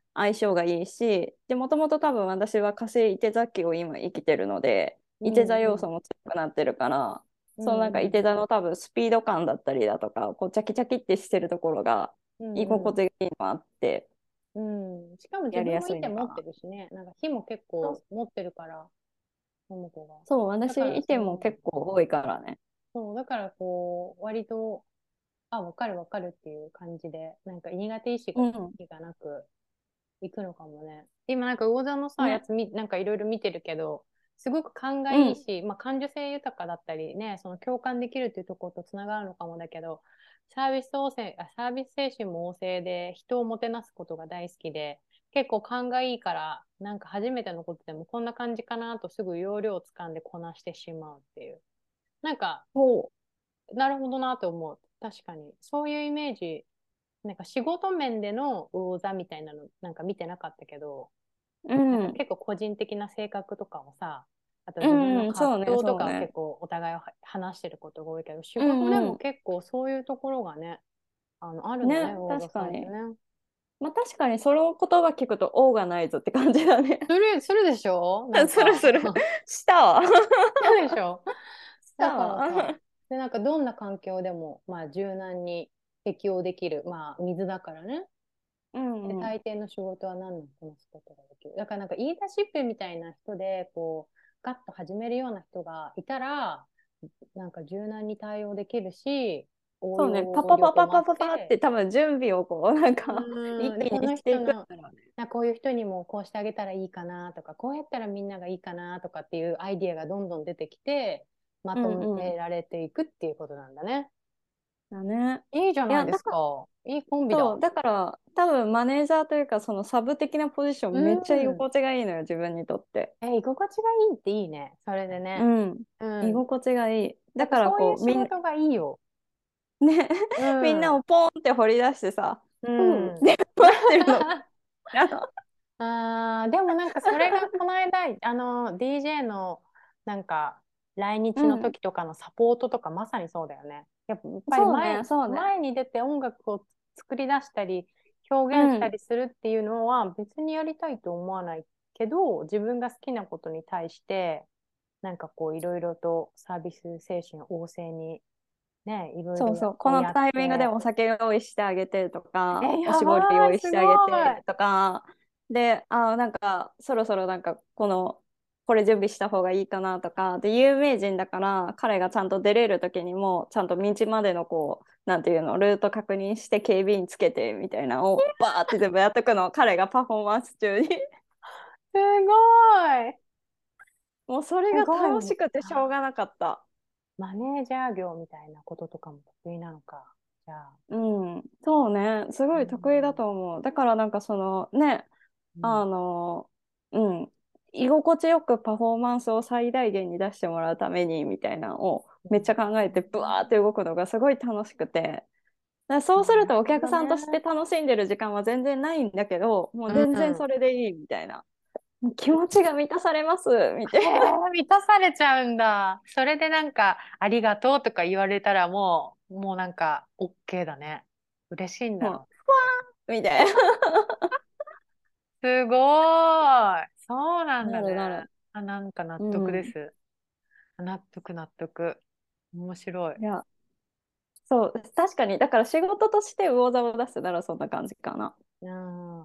相性がいいし、で、もともと多分私は火星いて座期を今生きてるので、いて座要素も強くなってるから、そのなんかいうんうんて座の多分スピード感だったりだとか、こうチャキチャキってしてるところが居うんうん心地がいいのもあって、 うん。しかも自分もやりやすいて持っていのかな。 るしね。なんか火も結構持ってるから、ももこが。 そう、 だから私意見もそう、 結構多いからね。 そう、だからこう、割と、あ、わかるわかるっていう感じで、なんか苦手意識が、 うん。 意識がなくいくのかもね。今なんか魚座のさ、やね。 つみ、なんかいろいろ見てるけど、すごく勘がうん。 いいし、まあ、感受性豊かだったりね、その共感できるっていうところとつながるのかもだけど、サービス旺盛、あ、サービス精神も旺盛で、人をもてなすことが大好きで、結構勘がいいから、なんか初めてのことでもこんな感じかなとすぐ要領をつかんでこなしてしまうっていう。なんか、 そなるほどなと思う。確かに。そういうイメージ、なんか仕事面での魚座みたいなのなんか見てなかったけど、 う。 なんかうん。 結構個人的な性格とかをさ、あとう自分のん、そうね、 葛藤とそうね。 かを結構お互いを話してることが多いけど、仕う事でもんう結構そういうところがね、あの、あるん。 のね、 ね、 魚座確かに。 さんってね。 まあ確かにその言葉聞くと、オーガナイズって感じだね。 する、するでしょなんするかする。したわ。 そうでしょだしたからさ、 わ。 で、なんかどんな環境でも、まあ柔軟に適応できる。まあ水だからね。で、 うんうん。 大抵の仕事は何のこなすことができる。だからなんか言い出しっぺみたいな人で、こう、ガッと始めるような人がいたら、なんか柔軟に対応できるし、応そうね、パパパ用力もあパパパパっって、 て多分準備をこう、なんか一うーん、で、 気このにしていくん人の、 だろうね。 なこういう人にもこうしてあげたらいいかなとか、こうやったらみんながいいかなとかっていうアイディアがどんどん出てきて、まうとんうん。 められていくっていうことなんだね。 だね。 いいじゃいや、 ないですか。 だから、 いいコンビだ。 そう、だから多分マネージャーというか、そのサブ的なポジショうンめっちゃ居ん。 心地がいいのよ、自分にとって。 え、居心地がいいっていいね。それでね。 うん。 うん。 居心地がいい。だからやっぱそういうこう、みん、 仕事がいいよ。 ね、 うみんなん。 をポンって掘り出してさ、 うふうっん。 て待ってるの。あの、 あー、でもなんかそれがこの間、あの、ディージェー のなんか来日のうん。 時とかのサポートとかまさにそうだよね。やっぱ、やっぱりそうね、 前、 そうね。 前に出て音楽を作り出したり、表現したうん。 りするっていうのは別にやりたいと思わないけど、自分が好きなことに対して、なんかこういろいろとサービス精神旺盛にね、いろいろやそうそう。ここうやっのタイミングでて、 お酒用意してあげてとか、 え、 おやしぼり用ばい、すご意してあげい。 てとか、で、あ、なんか、そろそろなんか、この、これ準備した方がいいかなとか、で、有名人だから、彼がちゃんと出れる時にも、ちゃんと道までのこう、なんていうの、ルート確認して警備員つけてみたいなのを、バーって全部やっとくの、彼がパフォーマンス中に。 すごい。 もうそれがすごい。 楽しくてしょうあ、 がなかった。 マネージャー業みたいなこととかも得意なのか。じゃあ。 うん、そうね、すうごい得意だん。 と思う。だからなんかそのね、 うん。 あの、うん、居心地よくパフォーマンスを最大限に出してもらうためにみたいなのをめっちゃ考えてブワーって動くのがすごい楽しくて、だからそうするなるとお客ほどね。 さんとして楽しんでる時間は全然ないんだけど、もううん。 全然それでいいみたいな。気持ちが満たされますみたいへな。 え、満たされちゃうんだ。それでなんか、ありがとうとか言われたらもう、もうなんか、OK だね。嬉しいんだもう、 ろみたいな。 う。すごーい。そうなんだね。 なるなる。 あ、なんか納うん。 得です。納得、納得。面白い。 いや、そう、確かに。だから仕事として魚座を出すならそんな感じかな。 うん。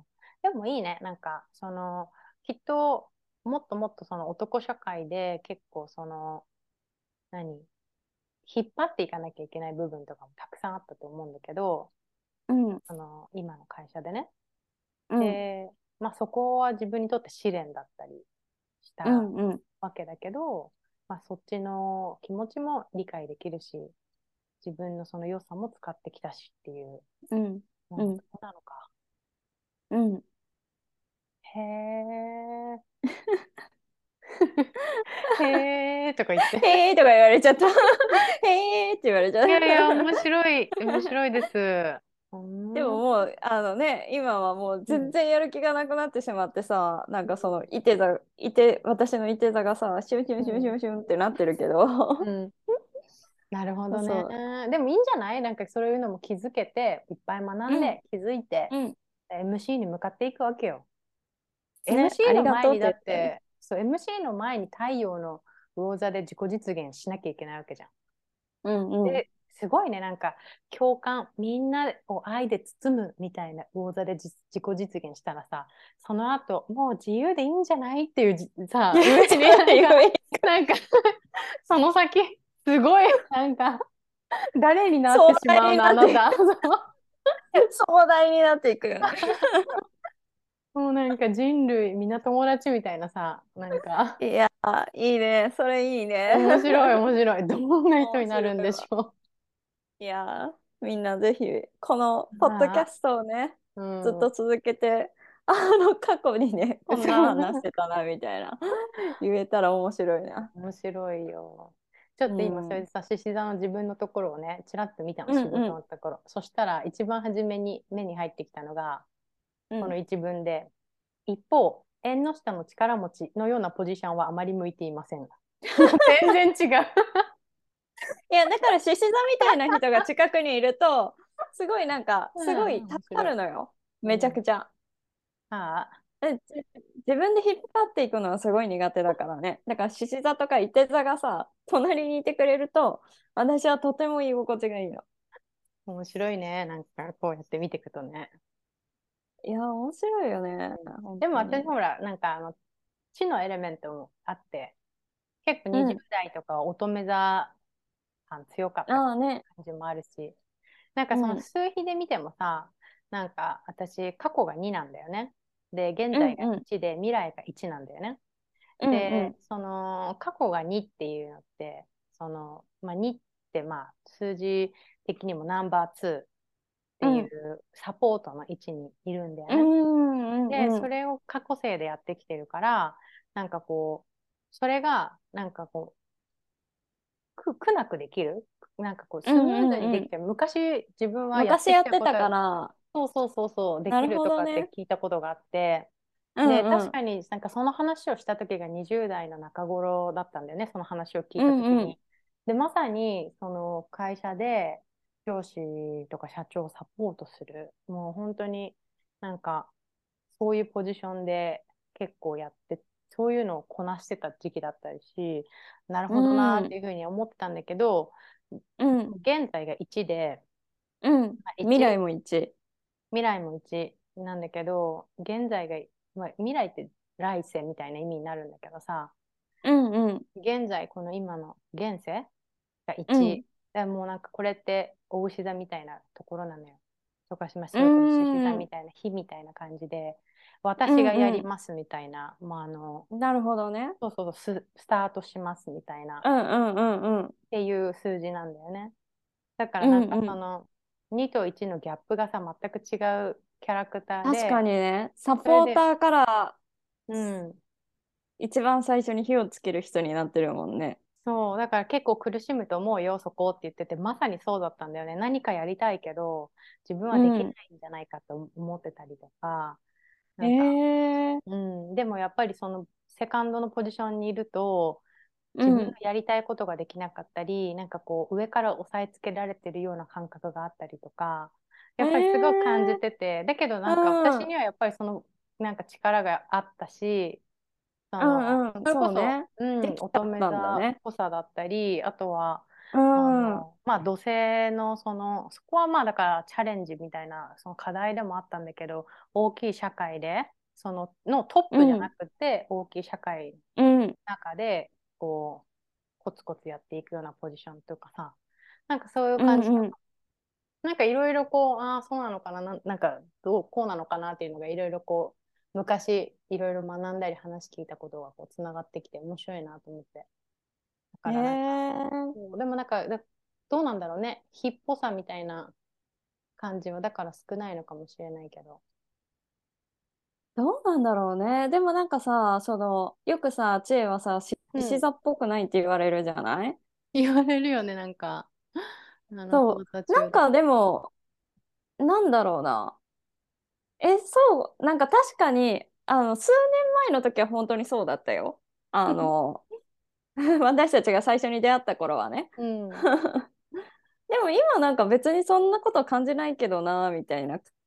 でもいいね。なんか、その、きっと、もっともっとその男社会で結構その、何引っ張っていかなきゃいけない部分とかもたくさんあったと思うんだけど、 うん、 その、今の会社でね。 うん、 で、まあそこは自分にとって試練だったりしたうん、うん、 わけだけど、まあそっちの気持ちも理解できるし、自分のその良さも使ってきたしっていう、 うん、 うん、そうん、 うなのか。 うん。 へえ。へえとか言って。 へーとか言われちゃった。へーって言われちゃっいやいや、面た。 白い、面白いです。うーでもん。 もう、あのね、今はもううん。 全然やる気がなくなってしまってさ、なんうかその、いて座、いて、私のいて座がさ、シュンシュンシュンシん。 ュンシュンってなってるけど。 うん。なるほどね。 そう。 でもいいんじゃないなんかそういうのも気づけて、いっぱい学んうん、 で、気づいて、 うん。 エムシー に向かっていくわけよ。 ね、 エムシーありの前にだがとうって言って。 って、そう、エムシー の前に太陽の魚座で自己実現しなきゃいけないわけじゃん。 うんうん。 で、すごいね、なんか共感、みんなを愛で包むみたいな魚座で自自己実現したらさ、その後、もう自由でいいんじゃないっていうじさ、 いや、 上そになんか、 れ言いなんかその先、すごい、なんか、誰になっ壮てしまう大になっていく。 のあなた。 壮大になっていくよね。 もうなんか人類、みんな友達みたいなさ、なんか、 いや、いいね。それいいね。 面白い、面白い。どんな人面になるんでし白いわ。 ょいや、みんなぜひ、このう。 ポッドキャあストをね、 あ、 ずっうん。 と続けて、あの、過去にね、こんそな話しう。 てたな、みたいな、言えたら面白いな。 面白いよ。ちょうっと今、それん。 でさ、獅子座の自分のところをね、ちらっと見たの、仕事うんうん。 のところ。そしたら、一番初めに目に入ってきたのが、 うん。 この一文で、一方、縁の下の力持ちのようなポジションはあまり向いていません。もう全然違う。 いや、だから獅子座みたいな人が近くにいると、すごいなんか、 うん、 すごい助か面白い。 るのよ。めちゃうん。 くちゃ。 ああ、 えじ自分で引っ張っていくのはすごい苦手だからね。だから獅子座とか射手座がさ、隣にいてくれると、私はとても居心地がいいの。 面白いね。なんか、こうやって見ていくとね。 いや、面白いよね。 うん、でも本当に。 私ほら、なんかあの、地のエレメントもあって、結構にじゅううん。 代とか乙女座感強かったああね。 感じもあるし、なんかそのうん。 数比で見てもさ、なんか私過去がになんだよね。で、現在がうんうん。 いちで未来がいちなんだよね。 うんうで、 ん。 その過去がにっていうのって、その、まあ、にってまあ数字的にもナンバーツーっていうん。 うサポートの位置にいるんだようね。 んうで、 んうん。 それを過去生でやってきてるから、なんかこう、それがなんかこう、苦苦なくできる、なんかこうスムうんーズうんうん。 にできてる。昔自分はやっ昔てきやってたかたこと、 ら、 そうそうそうそう、でなるきるとかってほどね。 聞いたことがあって、で、 うんうん。 確かになんかその話をした時がにじゅう代の中頃だったんだよね、その話を聞ういた時んうん。 に。で、まさにその会社で上司とか社長をサポートする、もう本当になんかそういうポジションで結構やって、そういうのをこなしてた時期だったりし、なるうほどなってんいうふうに思ってたんだけど、 うん。 現在がいちで、 うん。 まあ、いち、 未来も一。 未来もいちなんだけど、現在が、まあ、未来って来世みたいな意味になるんだけどさ、 うんうん。 現在、この今の現世がうん。 いち。でもうなんかこれってお牛座みたいなところなのよ。とかしましうそれこそ獅子座ん。うんみたいな日みたいな感じで、 う私がやりん。 ますみたいな、まあ、あの、 なるほどね。 そうそうそうス、スタートしますみたいなっうんうんうんうん。 ていう数字なんだよね。だからうなんんうん。 かそのにといちのギャップがさ、全く違うキャラクター確かで、 にね、サそれで、 ポーターからうん、 一番最初に火をつける人になってるもんね。 そう、だから結構苦しむと思うよ、そこって言ってて、まさにそうだったんだよね。何かやりたいけど、自分はできなうん。 いんじゃないかと思ってたりとか、 えなんか、 ー、 うん、でもやっぱりそのセカンドのポジションにいると、 うん。 自分のやりたいことができなかったり、なんかこう上から押さえつけられてるような感覚があったりとか、 えやっぱりすごく感じー、 てて、だけどうなんか私ん。 にはやっぱりそのなんか力があったし、そうの、 んうん、 それこそ、 そうね。 うん、 できた乙女座っんだね。 ぽさだったり、あとは、 うん。うんあの、まあ、土星の、その、そこはまあ、だからチャレンジみたいな、その課題でもあったんだけど、大きい社会で、その、のトップじゃなうんくて、大きい社会のうん中で、こう、コツコツやっていくようなポジションというかさ、なんかそういううん感じとか、 うん。 なんかいろいろこう、ああ、そうなのかな、な、なんかどう、こうなのかなっていうのがいろいろこう、昔いろいろ学んだり話聞いたことがこうつながってきて面白いなと思って。だかえらなんか、 ー、 そうでもなんか、だどうなんだろうね。日っぽさみたいな感じはだから少ないのかもしれないけど。 どうなんだろうね。でもなんかさ、その、よくさ、知恵はさ、獅うん。 子座っぽくないって言われるじゃない？ 言われるよね、なんか。あの、 そう。 放送中とか。 なんかでも、なんだろうな。え、そう、なんか確かに、あの、数年前の時は本当にそうだったよ。あの、私たちが最初に出会った頃はね。 うん。 でも今なんか別にそんなこと感じないけどな、みたいな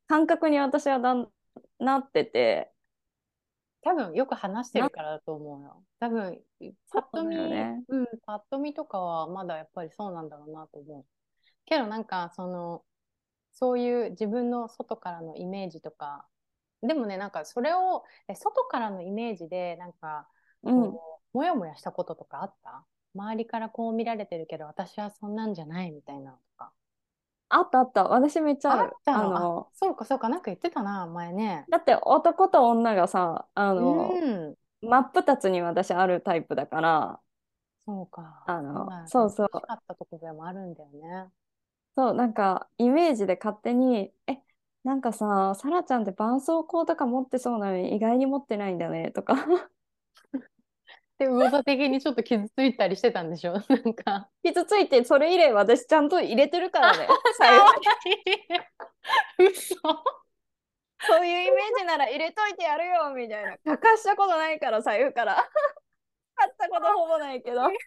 感覚に私はだんなってて、 多分よく話してるな、 からだと思うよ。多分パッそうだよと見、 ね。 うん、パッと見とかはまだやっぱりそうなんだろうなと思う。けどなんかそのそういう自分の外からのイメージとか、でもね、なんかそれをえ外からのイメージでなんかうん。 こうモヤモヤしたこととかあった？周りからこう見られてるけど私はそんなんじゃないみたいなとか。 あったあった。私めっちゃあっある。 たの？あ、 あの、 そうかそうか、なんか言ってたな、前ね。 だって男と女がさ、あうの、 ん。 真っ二つに私あるタイプだから、 そうか。 あの、 そうだよね。 そうそう、 欲しかったところでもあるんだよね。 そう、なんかイメージで勝手に、え、なんかさ、サラちゃんって絆創膏とか持ってそうなのに意外に持ってないんだねとかで、噂的にちょっと傷ついたりしてたんでしょ？なんか。 傷ついて、それ以来私ちゃんと入れてるかあ、 らね、 かわ財布に。 いい。嘘。 そういうイメージなら入れといてやるよみたいな。欠かしたことないから、財布から。買ったことほぼないけど。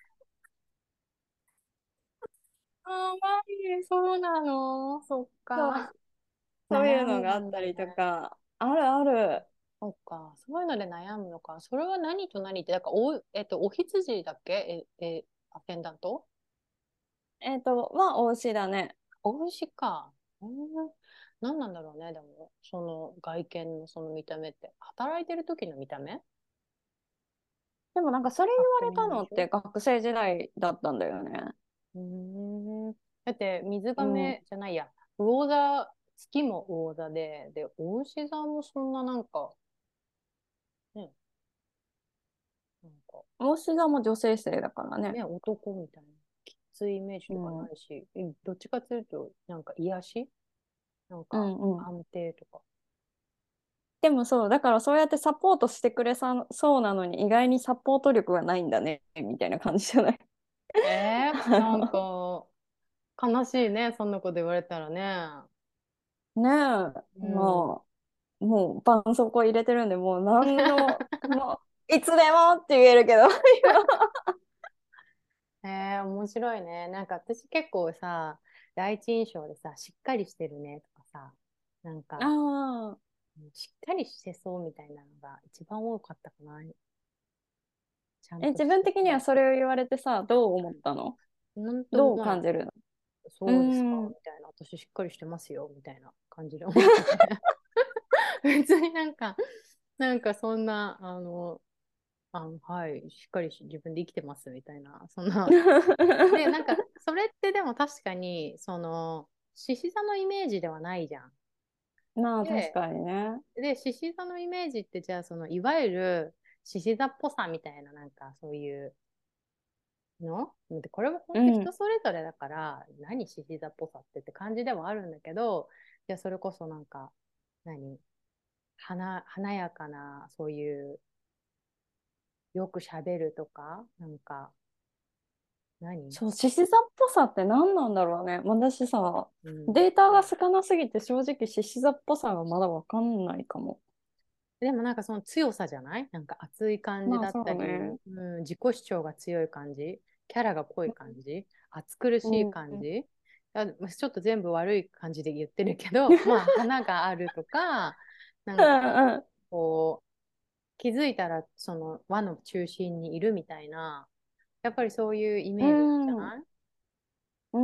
かわいい。そうなの？そっか。 そう、そういう悩のがあむんだね。 ったりとか、あるある。 そっか。そういうので悩むのか。それは何と何って、だからお、えっと、お羊だっけ？え、え、アテンダント？ えっと、まあ、推しだね。 お牛か。うん。何なんだろうね、でも、その外見のその見た目って。働いてる時の見た目？ でもなんかそれパッと言われたのっ見なんでしょ？ て学生時代だったんだよね。 うーん。だって、水うん。 亀じゃないや、魚座、月も魚座で、で、お牛座もそんななんか、ね、なんか、 推しがも女性性だからね。 ね、男みたいな、きついイメージとかなうん。 いし、えどっちかというと、なんか癒しなんか、 うんうん。 安定とか。 でもそう、だからそうやってサポートしてくれさそうなのに意外にサポート力がないんだね、みたいな感じじゃない？ えー、なんあか、悲しいね、そんなこと言われたらね。 のねえ、 うん。 まあ、もう絆創膏入れてるんで、もう何の、もう、いつでもって言えるけど、今。 えー、面白いね。なんか私結構さ、第一印象でさ、しっかりしてるねとかさ、なんあか、 あ。 しっかりしてそうみたいなのが一番多かったかな。ちゃんえ、 と自分的にはしてて。 それを言われてさ、どう思ったの？ なんともどうない。 感じるの？うそうですかーん。 みたいな。私しっかりしてますよみたいな感じで思ってて。別になんか、なんかそんな、あの、あの、はい、しっかりし自分で生きてますみたいな、そんな。で、なんか、それってでも確かに、その、獅子座のイメージではないじゃん。 まあ、確で、 かにね。 で、獅子座のイメージって、じゃあ、その、いわゆる獅子座っぽさみたいな、なんか、そういうので、これは本当人うん。 それぞれだから、何獅子座っぽさってって感じではあるんだけど、じゃあ、それこそなんか、何華、華やかな、そういう、よく喋るとか、なんか、何そう、獅子座っぽさって何なんだろうね。私さ、 うん。 データが少なすぎて正直獅子座っぽさがまだわかんないかも。 でもなんかその強さじゃない？なんか熱い感じまあだったそうね。 り、うん、自己主張が強い感じ、キャラが濃い感じ、暑苦しいうん。うん。 感じ。あ、ちょっと全部悪い感じで言ってるけど、まあ花があるとか、なうんかん。 こう気づいたらその輪の中心にいるみたいな、やっぱりそういうイうメージじゃん。うん。 ない？ うん。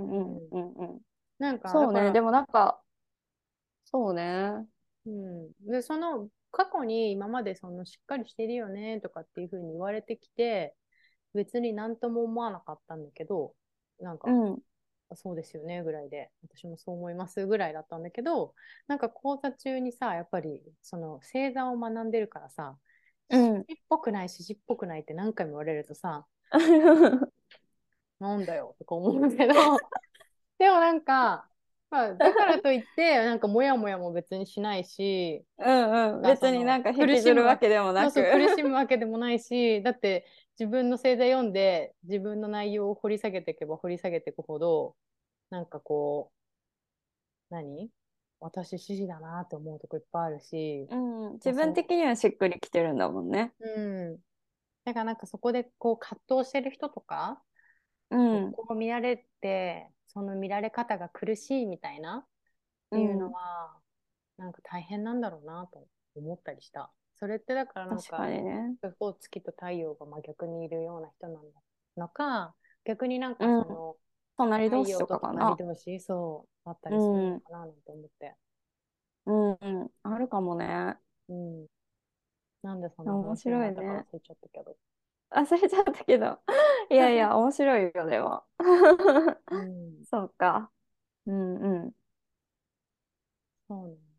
うん。 うん。 うん。うん。 なんかだそうね。 から、 でもなんか、そうね。 うん、でその過去に今までそのしっかりしてるよねとかっていうふうに言われてきて、別になんとも思わなかったんだけど、なんか、 うん。 そうですよねぐらいで、私もそう思いますぐらいだったんだけど、なんか講座中にさ、やっぱりその星座を学んでるからさ、 うん。 獅子っぽくない、獅子っぽくないって何回も言われるとさ、なんだよとか思うんだけど、でもなんか、まあ、だからといって、なんかモヤモヤも別にしないし、 うんうん。 がその別になんか引苦きずるわしむわけ、 けでもなく。 そうそう苦しむわけでもないし、だって自分の星座読んで自分の内容を掘り下げていけば掘り下げていくほど、なんかこう、何私獅子だなって思うとこいっぱいあるし、 うん。自まあ、そ分的にはしっくりきてるんだもんね。 う、うん。だからなんかそこでこう葛藤してる人とか、 うん。 こう見られて、その見られ方が苦しいみたいなっていうのうん。 は、 なんか大変なんだろうなと思ったりした。それってだからなん確かか、 にね。 こう月と太陽が真逆にいるような人なんだのか、逆になんかうん。 その太隣同士と陽と隣かかな。 同士、そうあったうりするのん。 かななんて思って。 うん、うん。あるかもね。 うん。なんでそんな面話になったか忘白いね。 れちゃったけど。 忘れちゃったけど。いやいや、面白いよ、でも。 うん。 そうか。うんうん。 そうね。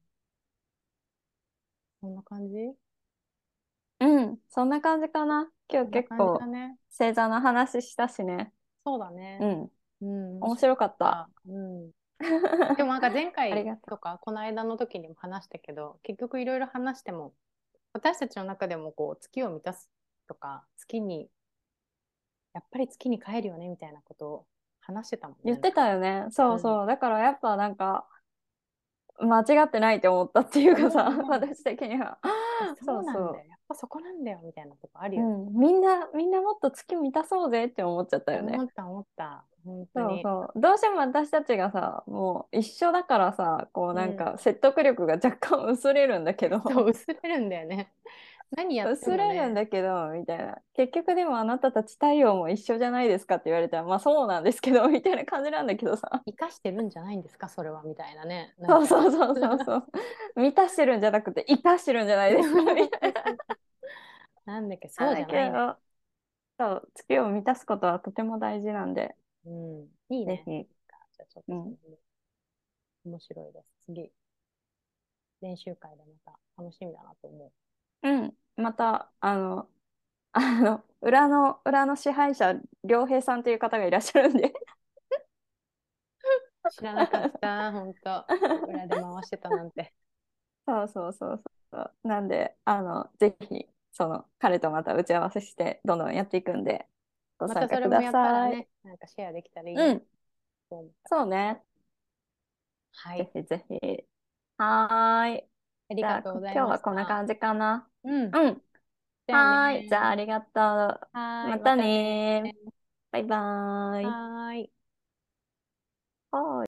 そんな感じ。 うん。そんな感じかな。今日そんな感じだ結構ね。 星座の話したしね。 そうだね。 うん。 うん、面面白白かった。 かった。うん。でもなんか前あり回がととか、この間の時にも話したけど、結局いろいろ話しても、私たちの中でもこう月を満たすとか、月に、やっぱり月に帰るよねみたいなことを話してたもんね。 う。言ってたよね。 うん。 そうそう。だからやっぱなんか、間違ってないって思ったっていうかさ、 思う思う。 私的には。 え、 そそうなんだよ。 うそやっぱそこなんだよみたいなとこあるう。うよね。 ん。みんな、みんなもっと月満たそうぜって思っちゃったよね。 思った思った。本当に。 そうそう。どうしても私たちがさ、もう一緒だからさ、こうなんうん。 か説得力が若干薄れるんだけそう、 ど、 薄れるんだよね。何やって薄れるんもね、 だけど、みたいな。結局でもあなたたち太陽も一緒じゃないですかって言われたら、まあそうなんですけど、みたいな感じなんだけどさ。 生かしてるんじゃないんですか、それは、みたいなね、なっそうちゃう。 そうそうそうそう。満たしてるんじゃなくて、生かしてるんじゃないですか、みたいな。 なんだっけ、そうじなんだゃないんだよ。 けど、そう、月を満たすことはとても大事なんで、 うん、いいね。 ぜひ。 じゃあちょっうん。 とその辺面白いです。次、練習会でまた楽しみだなと思うん。また、あの、あの、裏の、裏の支配者、良平さんという方がいらっしゃるんで。 う。知らなかった、本当。裏で回してたなんて。 そうそうそうそう。なんで、あの、ぜひ、その、彼とまた打ち合わせして、どんどんやっていくんで、ごまた参加くだそれもやったらさい。 ね、なんかシェアできたらいいなうん、 と思ったから。 そうね。 はい。 ぜひぜひ。はーい。じゃあ、 ありがとうごこざいま今日はこんなした。 感じかな。 うん。 うん。 じゃあはーい。じゃあ、 ね。 ありがとう。 はーい。ままたたね。 ねー。バイバーイ。 はーい。 はーい。